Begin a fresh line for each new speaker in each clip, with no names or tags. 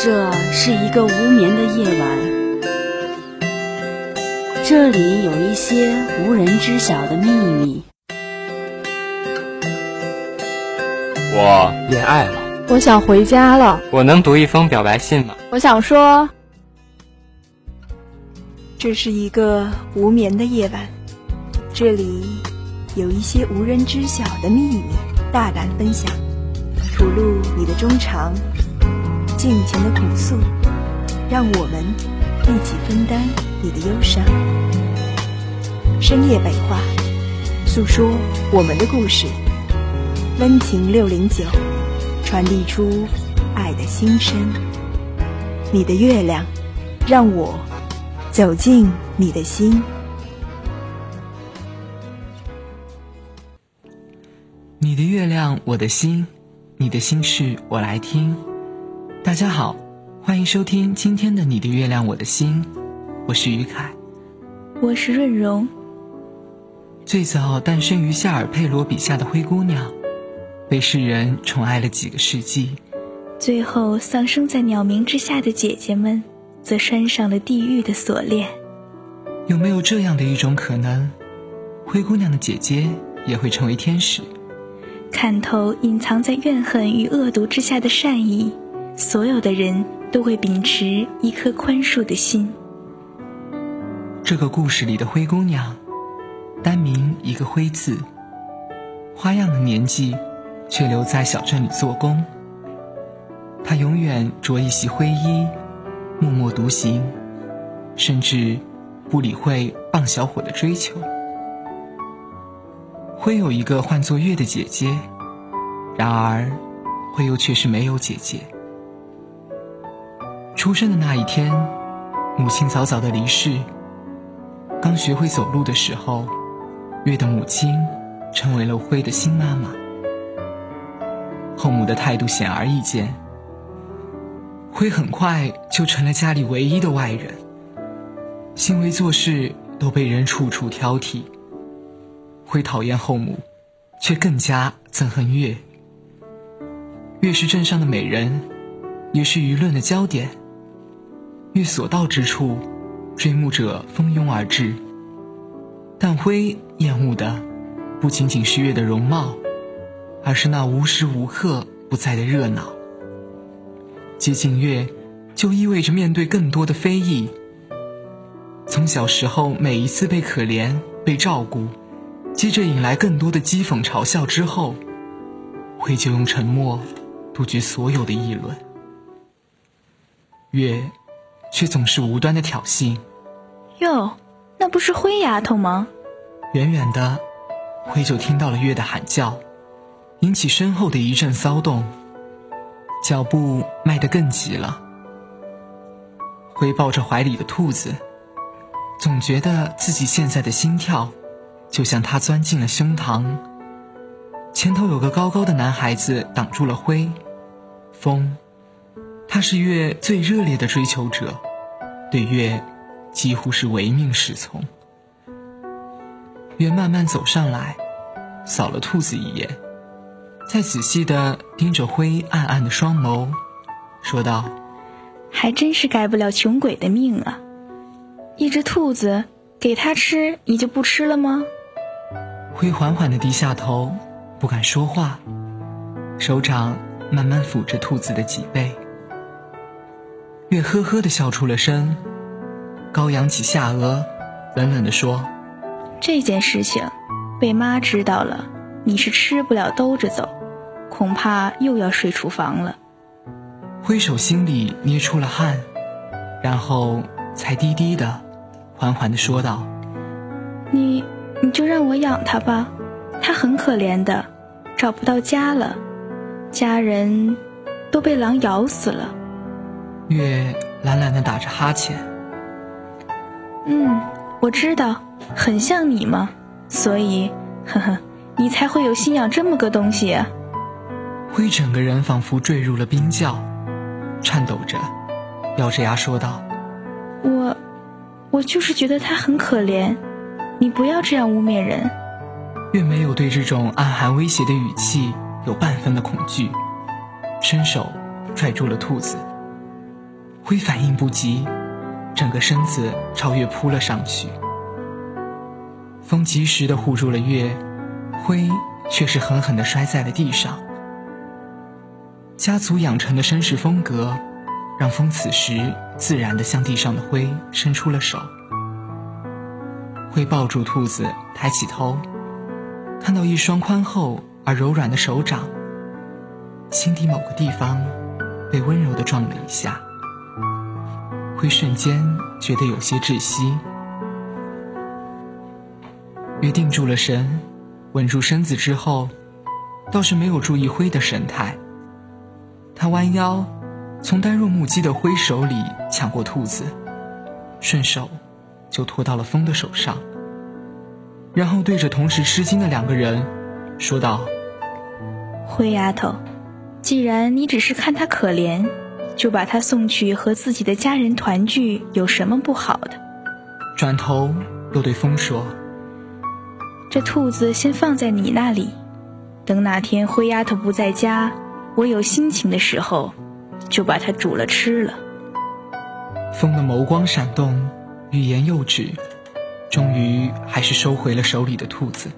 这是一个无眠的夜晚，这里有一些无人知晓的秘密。
我恋爱了，
我想回家了。
我能读一封表白信吗？
我想说，
这是一个无眠的夜晚，这里有一些无人知晓的秘密，大胆分享，吐露你的衷肠，尽情的朴诉，让我们一起分担你的忧伤。深夜北话，诉说我们的故事，温情609，传递出爱的心声。你的月亮，让我走进你的心。
你的月亮，我的心，你的心事我来听。大家好，欢迎收听今天的你的月亮我的心，我是于凯，
我是润荣。
最早诞生于夏尔佩罗笔下的灰姑娘，被世人宠爱了几个世纪，
最后丧生在鸟鸣之下的姐姐们则拴上了地狱的锁链。
有没有这样的一种可能，灰姑娘的姐姐也会成为天使？
看透隐藏在怨恨与恶毒之下的善意，所有的人都会秉持一颗宽恕的心。
这个故事里的灰姑娘，单名一个灰字，花样的年纪却留在小镇里做工。她永远着一袭灰衣，默默独行，甚至不理会棒小伙的追求。灰有一个唤作月的姐姐，然而灰又却是没有姐姐。出生的那一天，母亲早早的离世。刚学会走路的时候，月的母亲成为了灰的新妈妈。后母的态度显而易见，灰很快就成了家里唯一的外人，行为做事都被人处处挑剔。灰讨厌后母，却更加憎恨月。月是镇上的美人，也是舆论的焦点。月所到之处，追慕者蜂拥而至。但灰厌恶的不仅仅是月的容貌，而是那无时无刻不在的热闹。接近月就意味着面对更多的非议。从小时候每一次被可怜被照顾，接着引来更多的讥讽嘲笑之后，灰就用沉默杜绝所有的议论。月却总是无端的挑衅。
哟，那不是灰丫头吗？
远远的，灰就听到了月的喊叫，引起身后的一阵骚动，脚步迈得更急了。灰抱着怀里的兔子，总觉得自己现在的心跳就像他钻进了胸膛。前头有个高高的男孩子挡住了灰。风，他是月最热烈的追求者，对月几乎是唯命是从。月慢慢走上来，扫了兔子一眼，再仔细地盯着灰暗暗的双眸，说道：
还真是改不了穷鬼的命啊，一只兔子给他吃你就不吃了吗？
灰缓缓地低下头，不敢说话，手掌慢慢抚着兔子的脊背。月呵呵地笑出了声，高扬起下颚，冷冷地说：
这件事情被妈知道了，你是吃不了兜着走，恐怕又要睡厨房了。
灰手心里捏出了汗，然后才低低的缓缓地说道：
你就让我养它吧，它很可怜的，找不到家了，家人都被狼咬死了。
月懒懒地打着哈欠。
我知道，很像你嘛，所以呵呵，你才会有心养这么个东西啊。
灰整个人仿佛坠入了冰窖，颤抖着咬着牙说道：
我就是觉得他很可怜，你不要这样污蔑人。
月没有对这种暗含威胁的语气有半分的恐惧，伸手拽住了兔子。 灰反应不及，整个身子朝月扑了上去。风及时地护住了月，灰却是狠狠地摔在了地上。家族养成的绅士风格让风此时自然地向地上的灰伸出了手。灰抱住兔子，抬起头，看到一双宽厚而柔软的手掌，心底某个地方被温柔地撞了一下。灰瞬间觉得有些窒息。月定住了神，稳住身子之后，倒是没有注意灰的神态。他弯腰从呆若木鸡的灰手里抢过兔子，顺手就托到了风的手上，然后对着同时吃惊的两个人说道：
灰丫头，既然你只是看他可怜，就把他送去和自己的家人团聚，有什么不好的？
转头又对风说：
这兔子先放在你那里，等哪天灰丫头不在家，我有心情的时候，就把它煮了吃了。
风的眸光闪动，欲言又止，终于还是收回了手里的兔子。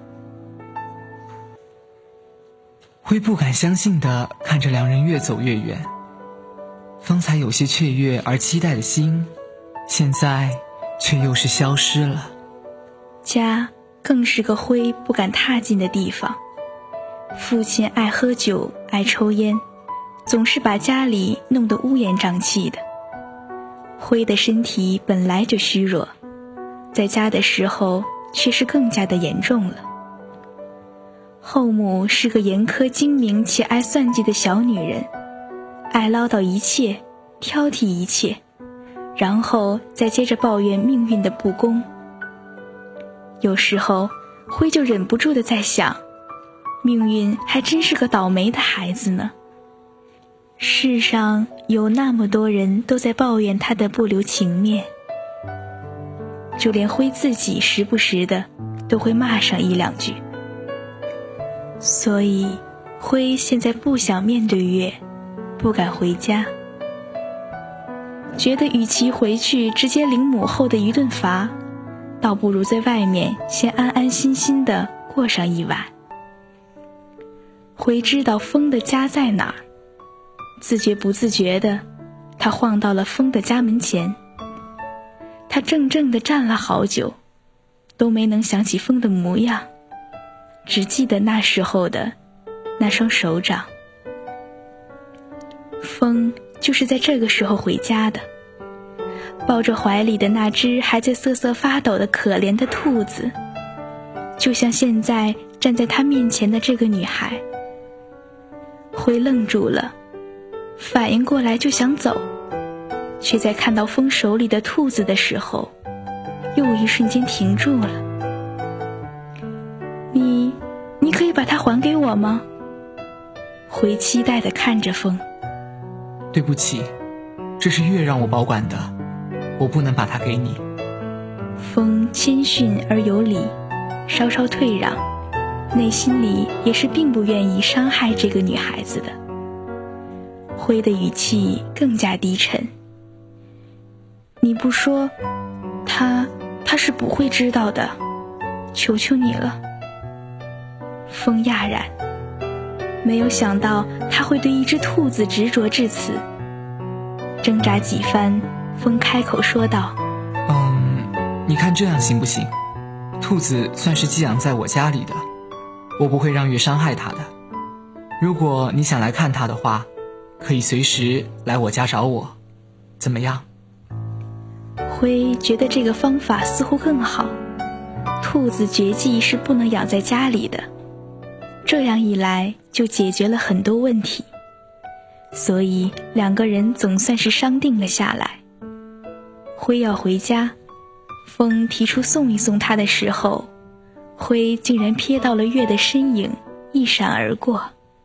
灰不敢相信地看着两人越走越远，方才有些雀跃而期待的心，现在却又是消失了。
家更是个灰不敢踏进的地方。父亲爱喝酒，爱抽烟，总是把家里弄得乌烟瘴气的。灰的身体本来就虚弱，在家的时候却是更加的严重了。后母是个严苛精明且爱算计的小女人，爱唠叨一切，挑剔一切，然后再接着抱怨命运的不公。有时候灰就忍不住地在想，命运还真是个倒霉的孩子呢。世上有那么多人都在抱怨他的不留情面，就连灰自己时不时的都会骂上一两句。所以灰现在不想面对月，不敢回家，觉得与其回去直接领母后的一顿罚，倒不如在外面先安安心心的过上一晚。灰知道风的家在哪儿，自觉不自觉的，他晃到了风的家门前。他怔怔地站了好久，都没能想起风的模样，只记得那时候的那双手掌。风就是在这个时候回家的，抱着怀里的那只还在瑟瑟发抖的可怜的兔子，就像现在站在他面前的这个女孩。灰愣住了，反应过来就想走，却在看到风手里的兔子的时候，又一瞬间停住了。你可以把它还给我吗？灰期待地看着风。
对不起，这是月让我保管的，我不能把它给你。
风谦逊而有礼，稍稍退让，内心里也是并不愿意伤害这个女孩子的。灰的语气更加低沉。你不说，他是不会知道的，求求你了。风讶然，没有想到他会对一只兔子执着至此。挣扎几番，风开口说道：
你看这样行不行？兔子算是寄养在我家里的，我不会让月伤害它的。如果你想来看它的话，可以随时来我家找我，怎么样？
灰觉得这个方法似乎更好。兔子绝技是不能养在家里的，这样一来就解决了很多问题，所以两个人总算是商定了下来。灰要回家，风提出送一送他的时候，灰竟然瞥到了月的身影一闪而过。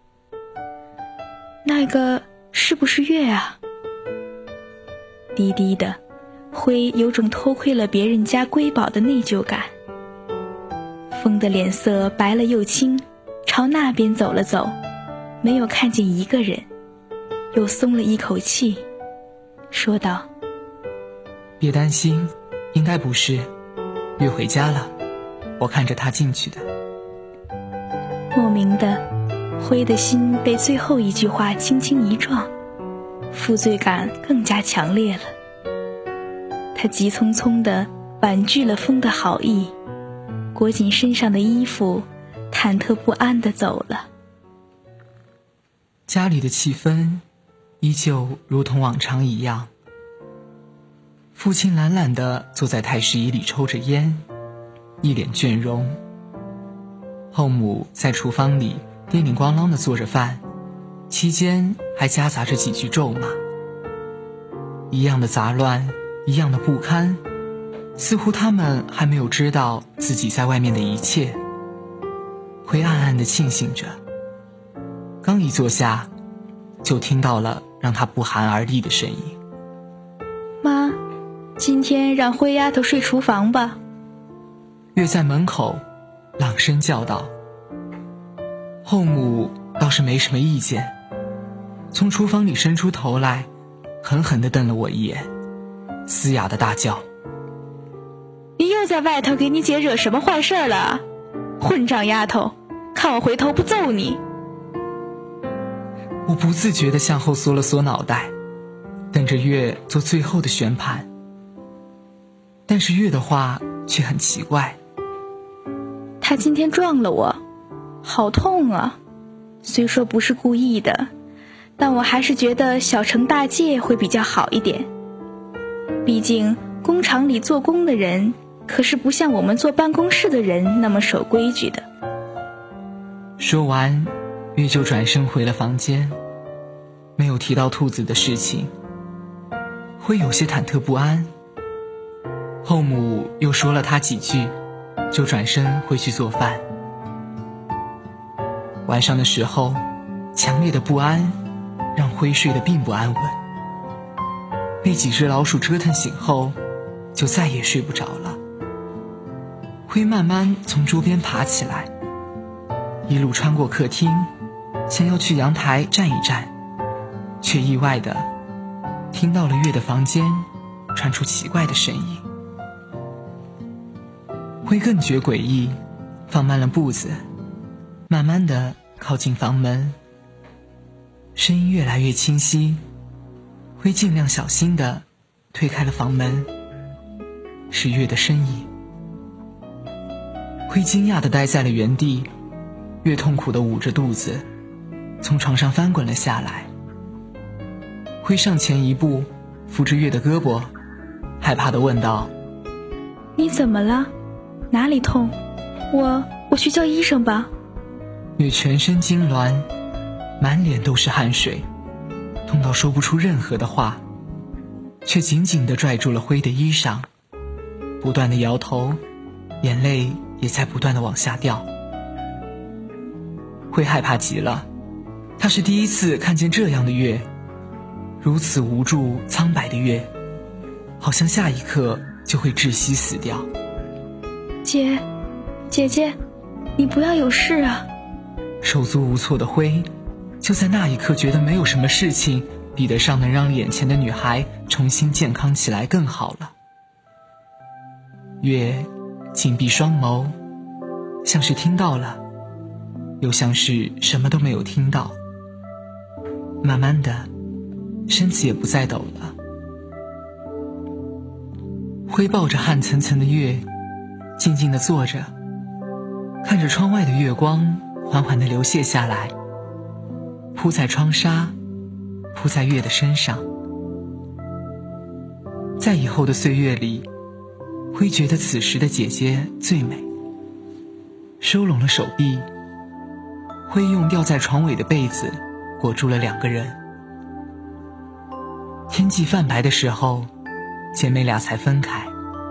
那个是不是月啊？低低的，灰有种偷窥了别人家瑰宝的内疚感。风的脸色白了又青，朝那边走了走，没有看见一个人，又松了一口气， 说道：
别担心，应该不是，月回家了，我看着他进去的。
莫名的，辉的心被最后一句话轻轻一撞，负罪感更加强烈了。他急匆匆地婉拒了风的好意，裹紧身上的衣服，忐忑不安地走了。
家里的气氛依旧如同往常一样。父亲懒懒地坐在太师椅里抽着烟，一脸倦容。后母在厨房里叮铃咣啷地做着饭，期间还夹杂着几句咒骂。一样的杂乱，一样的不堪，似乎他们还没有知道自己在外面的一切。灰暗暗地庆幸着，刚一坐下，就听到了让他不寒而栗的声音：
妈，今天让灰丫头睡厨房吧。
月在门口朗声叫道。后母倒是没什么意见，从厨房里伸出头来，狠狠地瞪了我一眼，嘶哑地大叫：
你又在外头给你姐惹什么坏事了？混账丫头，看我回头不揍你！
我不自觉地向后缩了缩脑袋，等着月做最后的宣判。但是月的话却很奇怪：
他今天撞了我，好痛啊！虽说不是故意的，但我还是觉得小惩大戒会比较好一点。毕竟工厂里做工的人可是不像我们坐办公室的人那么守规矩的。
说完，月就转身回了房间，没有提到兔子的事情。会有些忐忑不安。后母又说了他几句，就转身回去做饭。晚上的时候，强烈的不安让灰睡得并不安稳，被几只老鼠折腾醒后，就再也睡不着了。灰慢慢从桌边爬起来，一路穿过客厅，想要去阳台站一站，却意外地听到了月的房间传出奇怪的声音。灰更觉诡异，放慢了步子，慢慢地靠近房门。声音越来越清晰，灰尽量小心地推开了房门，是月的身影。灰惊讶地待在了原地，月痛苦地捂着肚子，从床上翻滚了下来。灰上前一步，扶着月的胳膊，害怕地问道：
你怎么了？哪里痛？我去叫医生吧。
月全身痉挛，满脸都是汗水，痛到说不出任何的话，却紧紧地拽住了灰的衣裳，不断地摇头，眼泪也在不断地往下掉。灰害怕极了，他是第一次看见这样的月，如此无助苍白的月，好像下一刻就会窒息死掉。
姐姐，你不要有事啊！
手足无措的灰，就在那一刻觉得没有什么事情比得上能让眼前的女孩重新健康起来更好了。月紧闭双眸，像是听到了，又像是什么都没有听到。慢慢的，身子也不再抖了。灰抱着汗涔涔的月，静静地坐着，看着窗外的月光缓缓地流泻下来，铺在窗纱，铺在月的身上。在以后的岁月里，灰觉得此时的姐姐最美。收拢了手臂，灰用吊在床尾的被子裹住了两个人。天际泛白的时候，姐妹俩才分开。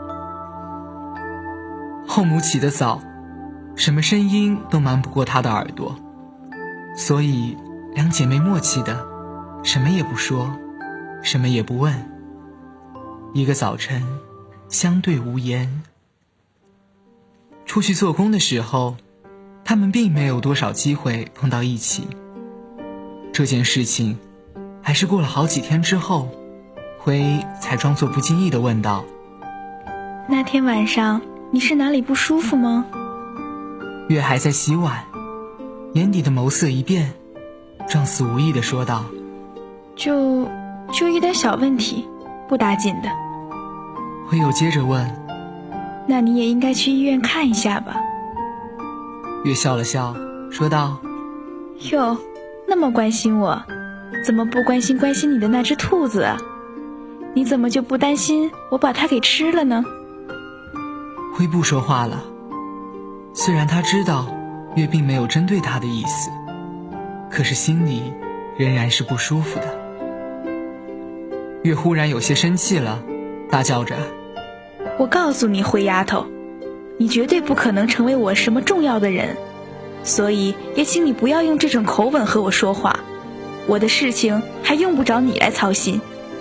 后母起得早，什么声音都瞒不过她的耳朵，所以两姐妹默契的什么也不说，什么也不问。一个早晨相对无言。出去做工的时候，他们并没有多少机会碰到一起。这件事情还是过了好几天之后， 辉才装作不经意地问道：
那天晚上你是哪里不舒服吗？
月还在洗碗，眼底的眸色一变，状似无意地说道：
就一点小问题，不打紧的。
辉又接着问：
那你也应该去医院看一下吧。
月笑了笑说道：
哟，那么关心我，怎么不关心你的那只兔子啊？你怎么就不担心我把它给吃了呢？
辉不说话了，虽然他知道月并没有针对他的意思，可是心里仍然是不舒服的。月忽然有些生气了，大叫着：
我告诉你，灰丫头，你绝对不可能成为我什么重要的人，所以也请你不要用这种口吻和我说话，我的事情还用不着你来操心。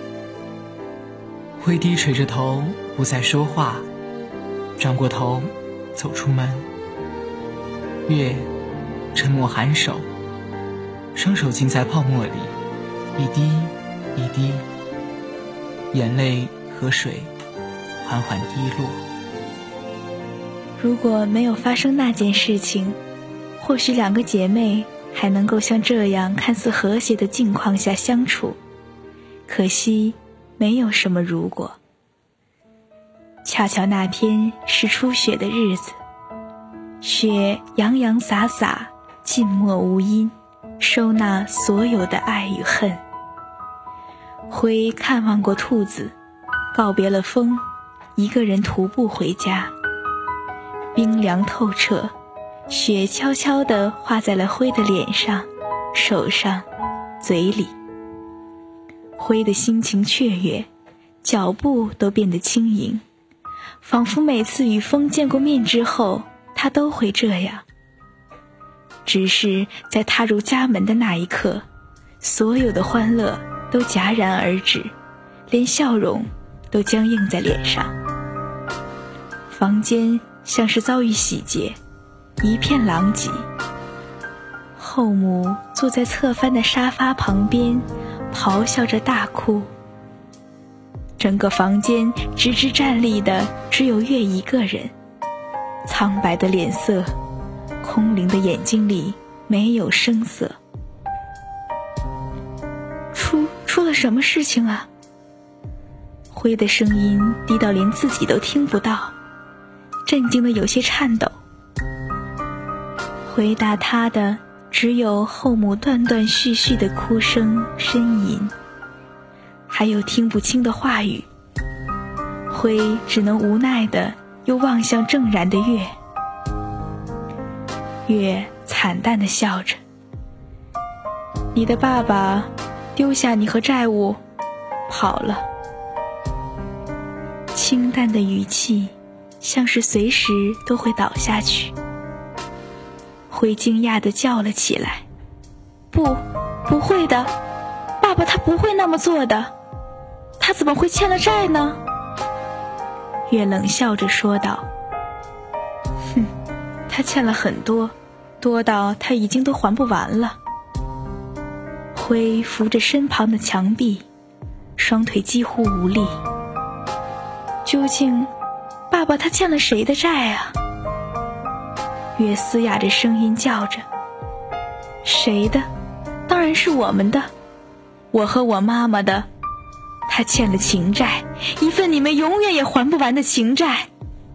辉低垂着头不再说话，转过头走出门。月沉默颔首，双手浸在泡沫里，一滴一滴，眼泪和水缓缓滴落。
如果没有发生那件事情，或许两个姐妹还能够像这样看似和谐的境况下相处，可惜没有什么如果。恰巧那天是初雪的日子，雪洋洋洒洒，静默无音，收纳所有的爱与恨。辉看望过兔子，告别了风，一个人徒步回家。冰凉透彻，雪悄悄地画在了辉的脸上、手上、嘴里。辉的心情雀跃，脚步都变得轻盈，仿佛每次与风见过面之后，他都会这样。只是在踏入家门的那一刻，所有的欢乐都戛然而止，连笑容都僵硬在脸上。房间像是遭遇洗劫，一片狼藉。后母坐在侧翻的沙发旁边，咆哮着大哭。整个房间直直站立的只有月一个人，苍白的脸色，空灵的眼睛里没有声色。出了什么事情啊？辉的声音低到连自己都听不到，震惊的有些颤抖。回答他的只有后母断断续续的哭声呻吟，还有听不清的话语。辉只能无奈的又望向正然的月。月惨淡地笑着：你的爸爸丢下你和债务跑了。清淡的语气像是随时都会倒下去。辉惊讶地叫了起来：不会的，爸爸他不会那么做的，他怎么会欠了债呢？月冷笑着说道：哼，他欠了很多，多到他已经都还不完了。辉扶着身旁的墙壁，双腿几乎无力。究竟爸爸他欠了谁的债啊？月嘶哑着声音叫着：谁的？当然是我们的，我和我妈妈的。他欠了情债，一份你们永远也还不完的情债。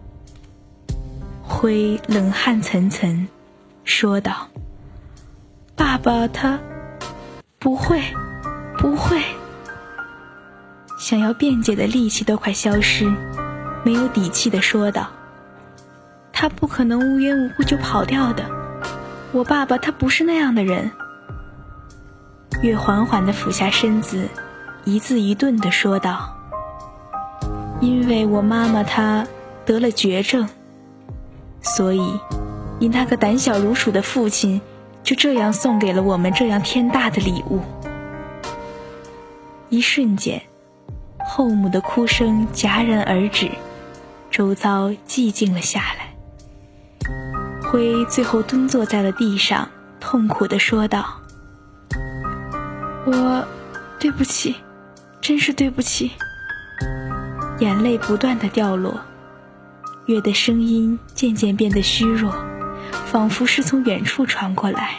辉冷汗涔涔说道：爸爸他不会。想要辩解的力气都快消失，没有底气地说道：他不可能无缘无故就跑掉的，我爸爸他不是那样的人。月缓缓地俯下身子，一字一顿地说道：因为我妈妈她得了绝症，所以你那个胆小如鼠的父亲就这样送给了我们这样天大的礼物。一瞬间，后母的哭声戛然而止，周遭寂静了下来。辉最后蹲坐在了地上，痛苦地说道：我对不起， 真是对不起。眼泪不断地掉落，月的声音渐渐变得虚弱，仿佛是从远处传过来。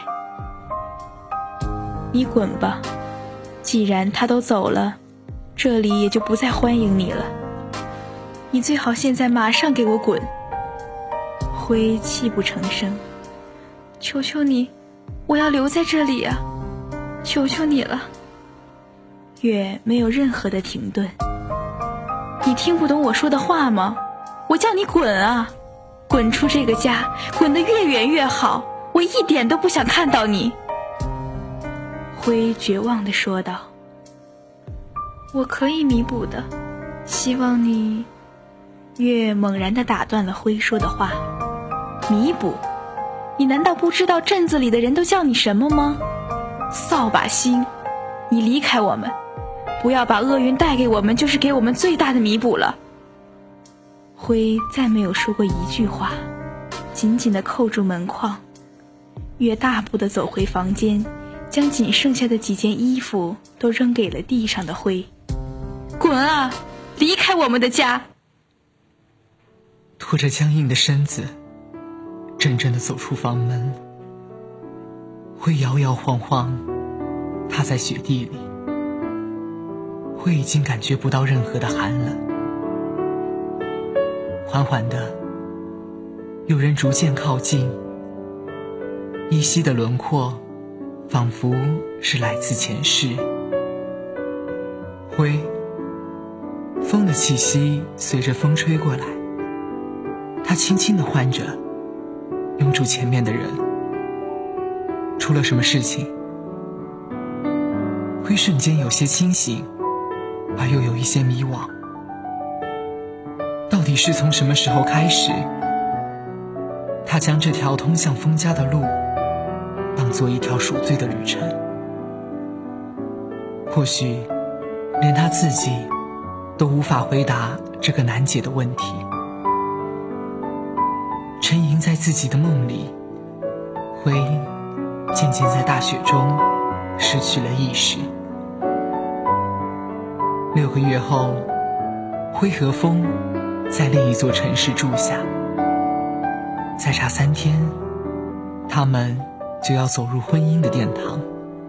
你滚吧，既然他都走了，这里也就不再欢迎你了。你最好现在马上给我滚。灰泣不成声，求求你，我要留在这里啊，求求你了。月没有任何的停顿。你听不懂我说的话吗？我叫你滚啊，滚出这个家，滚得越远越好，我一点都不想看到你。灰绝望地说道。我可以弥补的，希望你。月猛然地打断了灰说的话。弥补？你难道不知道镇子里的人都叫你什么吗？扫把星！你离开我们，不要把厄运带给我们，就是给我们最大的弥补了。灰再没有说过一句话，紧紧地扣住门框。月大步地走回房间，将仅剩下的几件衣服都扔给了地上的灰。滚啊，离开我们的家！
拖着僵硬的身子，怔怔地走出房门。灰摇摇晃晃踏在雪地里，灰已经感觉不到任何的寒冷。缓缓的，有人逐渐靠近，依稀的轮廓仿佛是来自前世。灰，风的气息随着风吹过来，他轻轻地唤着，拥住前面的人。出了什么事情？灰瞬间有些清醒，而又有一些迷惘。到底是从什么时候开始，他将这条通向封家的路当作一条赎罪的旅程？或许连他自己都无法回答这个难解的问题。沉吟在自己的梦里，灰渐渐在大雪中失去了意识。6个月后，灰和风在另一座城市住下，再差3天，他们就要走入婚姻的殿堂。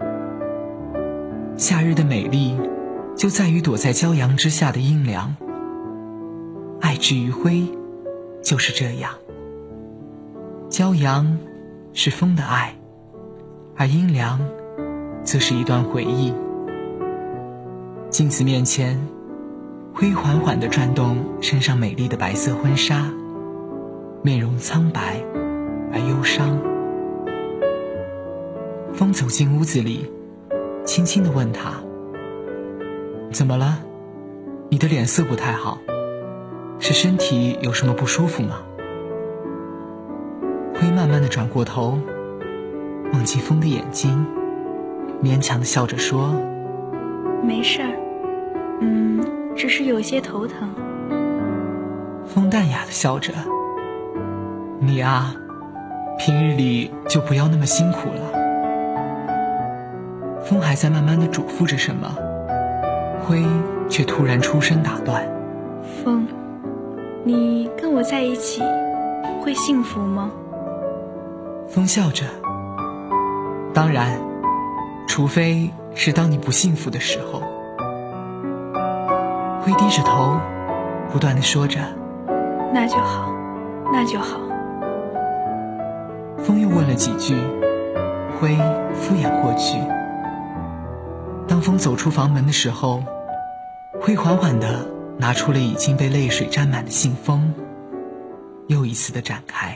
夏日的美丽就在于躲在骄阳之下的阴凉，爱之于灰就是这样。骄阳是风的爱，而阴凉则是一段回忆。镜子面前，灰缓缓地转动身上美丽的白色婚纱，面容苍白而忧伤。风走进屋子里，轻轻地问他：怎么了？你的脸色不太好，是身体有什么不舒服吗？灰慢慢地转过头，望进风的眼睛，勉强地笑着说：
没事儿，只是有些头疼。
风淡雅地笑着：你啊，平日里就不要那么辛苦了。风还在慢慢地嘱咐着什么，灰却突然出声打断：
风，你跟我在一起会幸福吗？
风笑着：当然，除非是当你不幸福的时候。灰低着头，不断地说着：
那就好，那就好。
风又问了几句，灰敷衍过去。当风走出房门的时候，灰缓缓地拿出了已经被泪水沾满的信封，又一次地展开。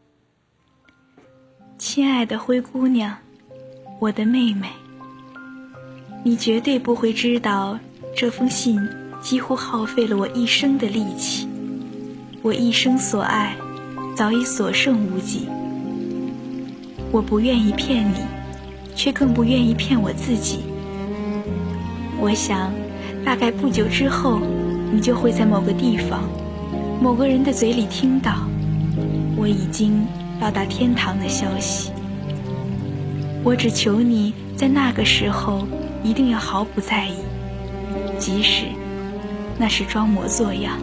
亲爱的灰姑娘，我的妹妹，你绝对不会知道，这封信几乎耗费了我一生的力气，我一生所爱早已所剩无几。我不愿意骗你，却更不愿意骗我自己。我想大概不久之后，你就会在某个地方，某个人的嘴里听到我已经到达天堂的消息。我只求你在那个时候一定要毫不在意， 即使那是装模作样。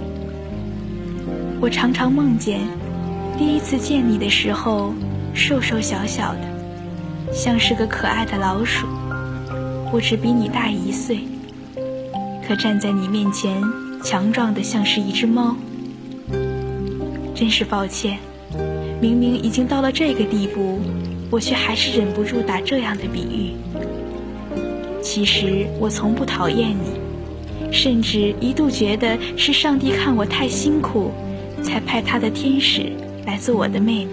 我常常梦见第一次见你的时候，瘦瘦小小的，像是个可爱的老鼠。我只比你大1岁，可站在你面前，强壮的像是一只猫。真是抱歉，明明已经到了这个地步，我却还是忍不住打这样的比喻。其实我从不讨厌你，甚至一度觉得是上帝看我太辛苦，才派他的天使来做我的妹妹。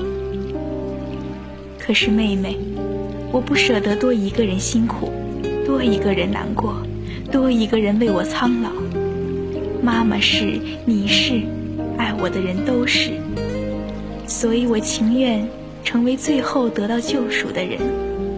可是妹妹，我不舍得多一个人辛苦，多一个人难过，多一个人为我苍老。妈妈是，你是，爱我的人都是，所以我情愿成为最后得到救赎的人。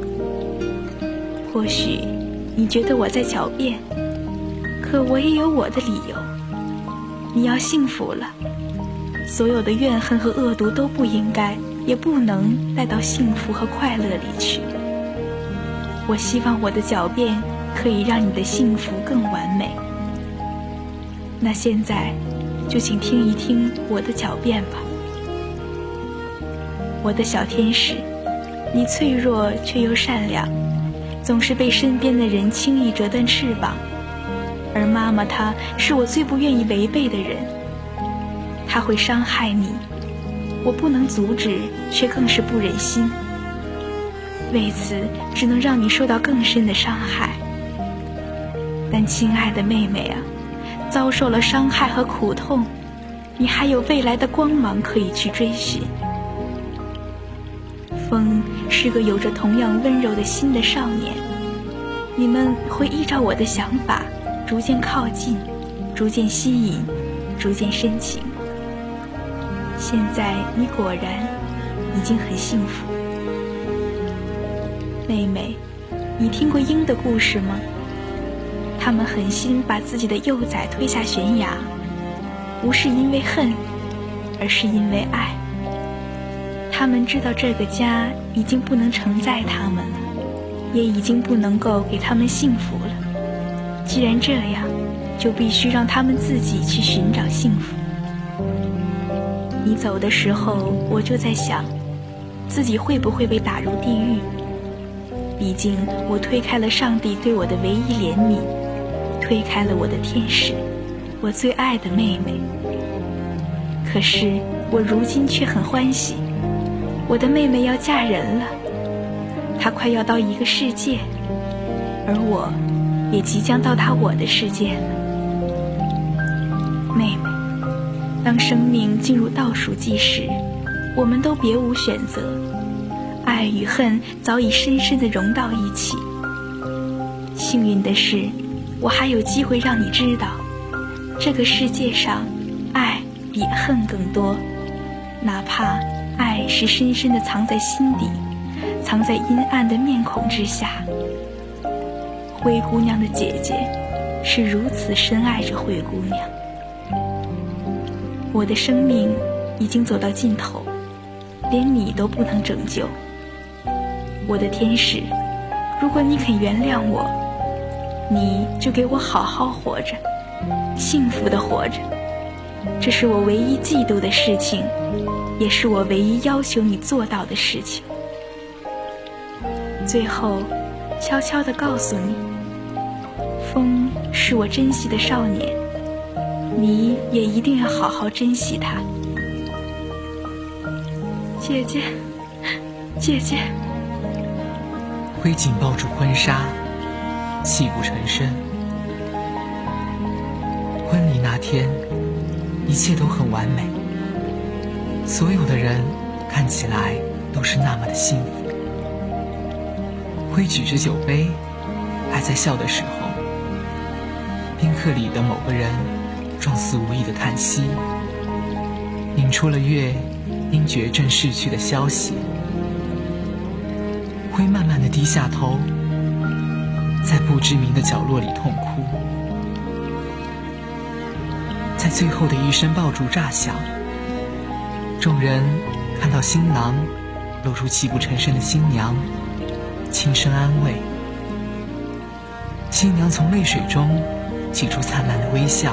或许你觉得我在狡辩，可我也有我的理由。你要幸福了，所有的怨恨和恶毒都不应该，也不能带到幸福和快乐里去。我希望我的狡辩可以让你的幸福更完美。那现在就请听一听我的狡辩吧。我的小天使，你脆弱却又善良，总是被身边的人轻易折断翅膀。而妈妈她是我最不愿意违背的人，她会伤害你，我不能阻止，却更是不忍心。为此只能让你受到更深的伤害。但亲爱的妹妹啊，遭受了伤害和苦痛，你还有未来的光芒可以去追寻。风是个有着同样温柔的心的少年，你们会依照我的想法逐渐靠近，逐渐吸引，逐渐深情。现在你果然已经很幸福。妹妹，你听过鹰的故事吗？他们狠心把自己的幼崽推下悬崖，不是因为恨，而是因为爱。他们知道这个家已经不能承载他们了，也已经不能够给他们幸福了。既然这样，就必须让他们自己去寻找幸福。你走的时候，我就在想，自己会不会被打入地狱？毕竟我推开了上帝对我的唯一怜悯，推开了我的天使，我最爱的妹妹。可是我如今却很欢喜，我的妹妹要嫁人了，她快要到一个世界，而我也即将到达我的世界了。妹妹，当生命进入倒数计时，我们都别无选择，爱与恨早已深深地融到一起。幸运的是，我还有机会让你知道，这个世界上爱比恨更多，哪怕爱是深深地藏在心底，藏在阴暗的面孔之下。灰姑娘的姐姐是如此深爱着灰姑娘。我的生命已经走到尽头，连你都不能拯救。我的天使，如果你肯原谅我，你就给我好好活着，幸福地活着。这是我唯一嫉妒的事情，也是我唯一要求你做到的事情。最后悄悄地告诉你，风是我珍惜的少年，你也一定要好好珍惜他。姐姐，姐姐。
灰紧抱住婚纱，泣不成声。婚礼那天，一切都很完美，所有的人看起来都是那么的幸福。灰举着酒杯，还在笑的时候，宾客里的某个人状似无意的叹息，引出了月因绝症逝去的消息。灰慢慢地低下头，在不知名的角落里痛哭。在最后的一声爆竹炸响，众人看到新郎露出泣不成声的新娘，轻声安慰。 新娘从泪水中挤出灿烂的微笑。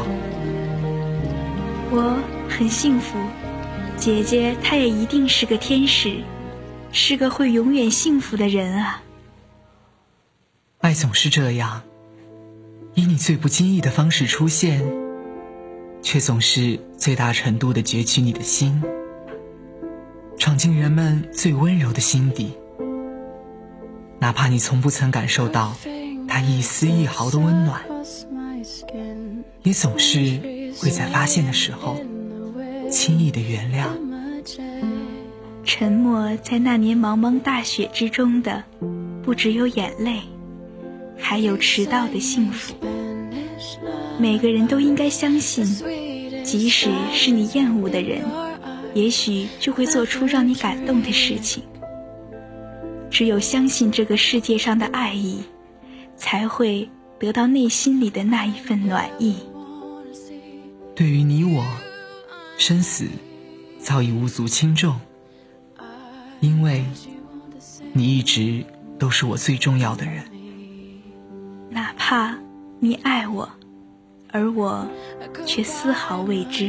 我很幸福，姐姐她也一定是个天使，是个会永远幸福的人啊。
爱总是这样，以你最不经意的方式出现，却总是最大程度地攫取你的心，闯进人们最温柔的心底。哪怕你从不曾感受到它一丝一毫的温暖，也总是会在发现的时候轻易的原谅。
沉默在那年茫茫大雪之中的，不只有眼泪，还有迟到的幸福。每个人都应该相信，即使是你厌恶的人，也许就会做出让你感动的事情。只有相信这个世界上的爱意，才会得到内心里的那一份暖意。
对于你我，生死早已无足轻重，因为你一直都是我最重要的人。
哪怕你爱我，而我却丝毫未知。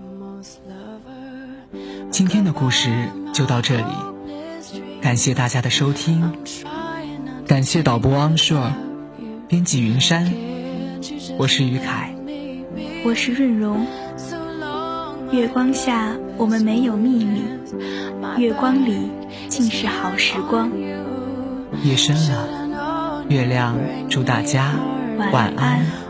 今天的故事就到这里，感谢大家的收听，感谢导播昂硕，编辑云山，我是于凯，
我是润荣。月光下我们没有秘密，月光里尽是好时光。
夜深了，月亮祝大家晚安。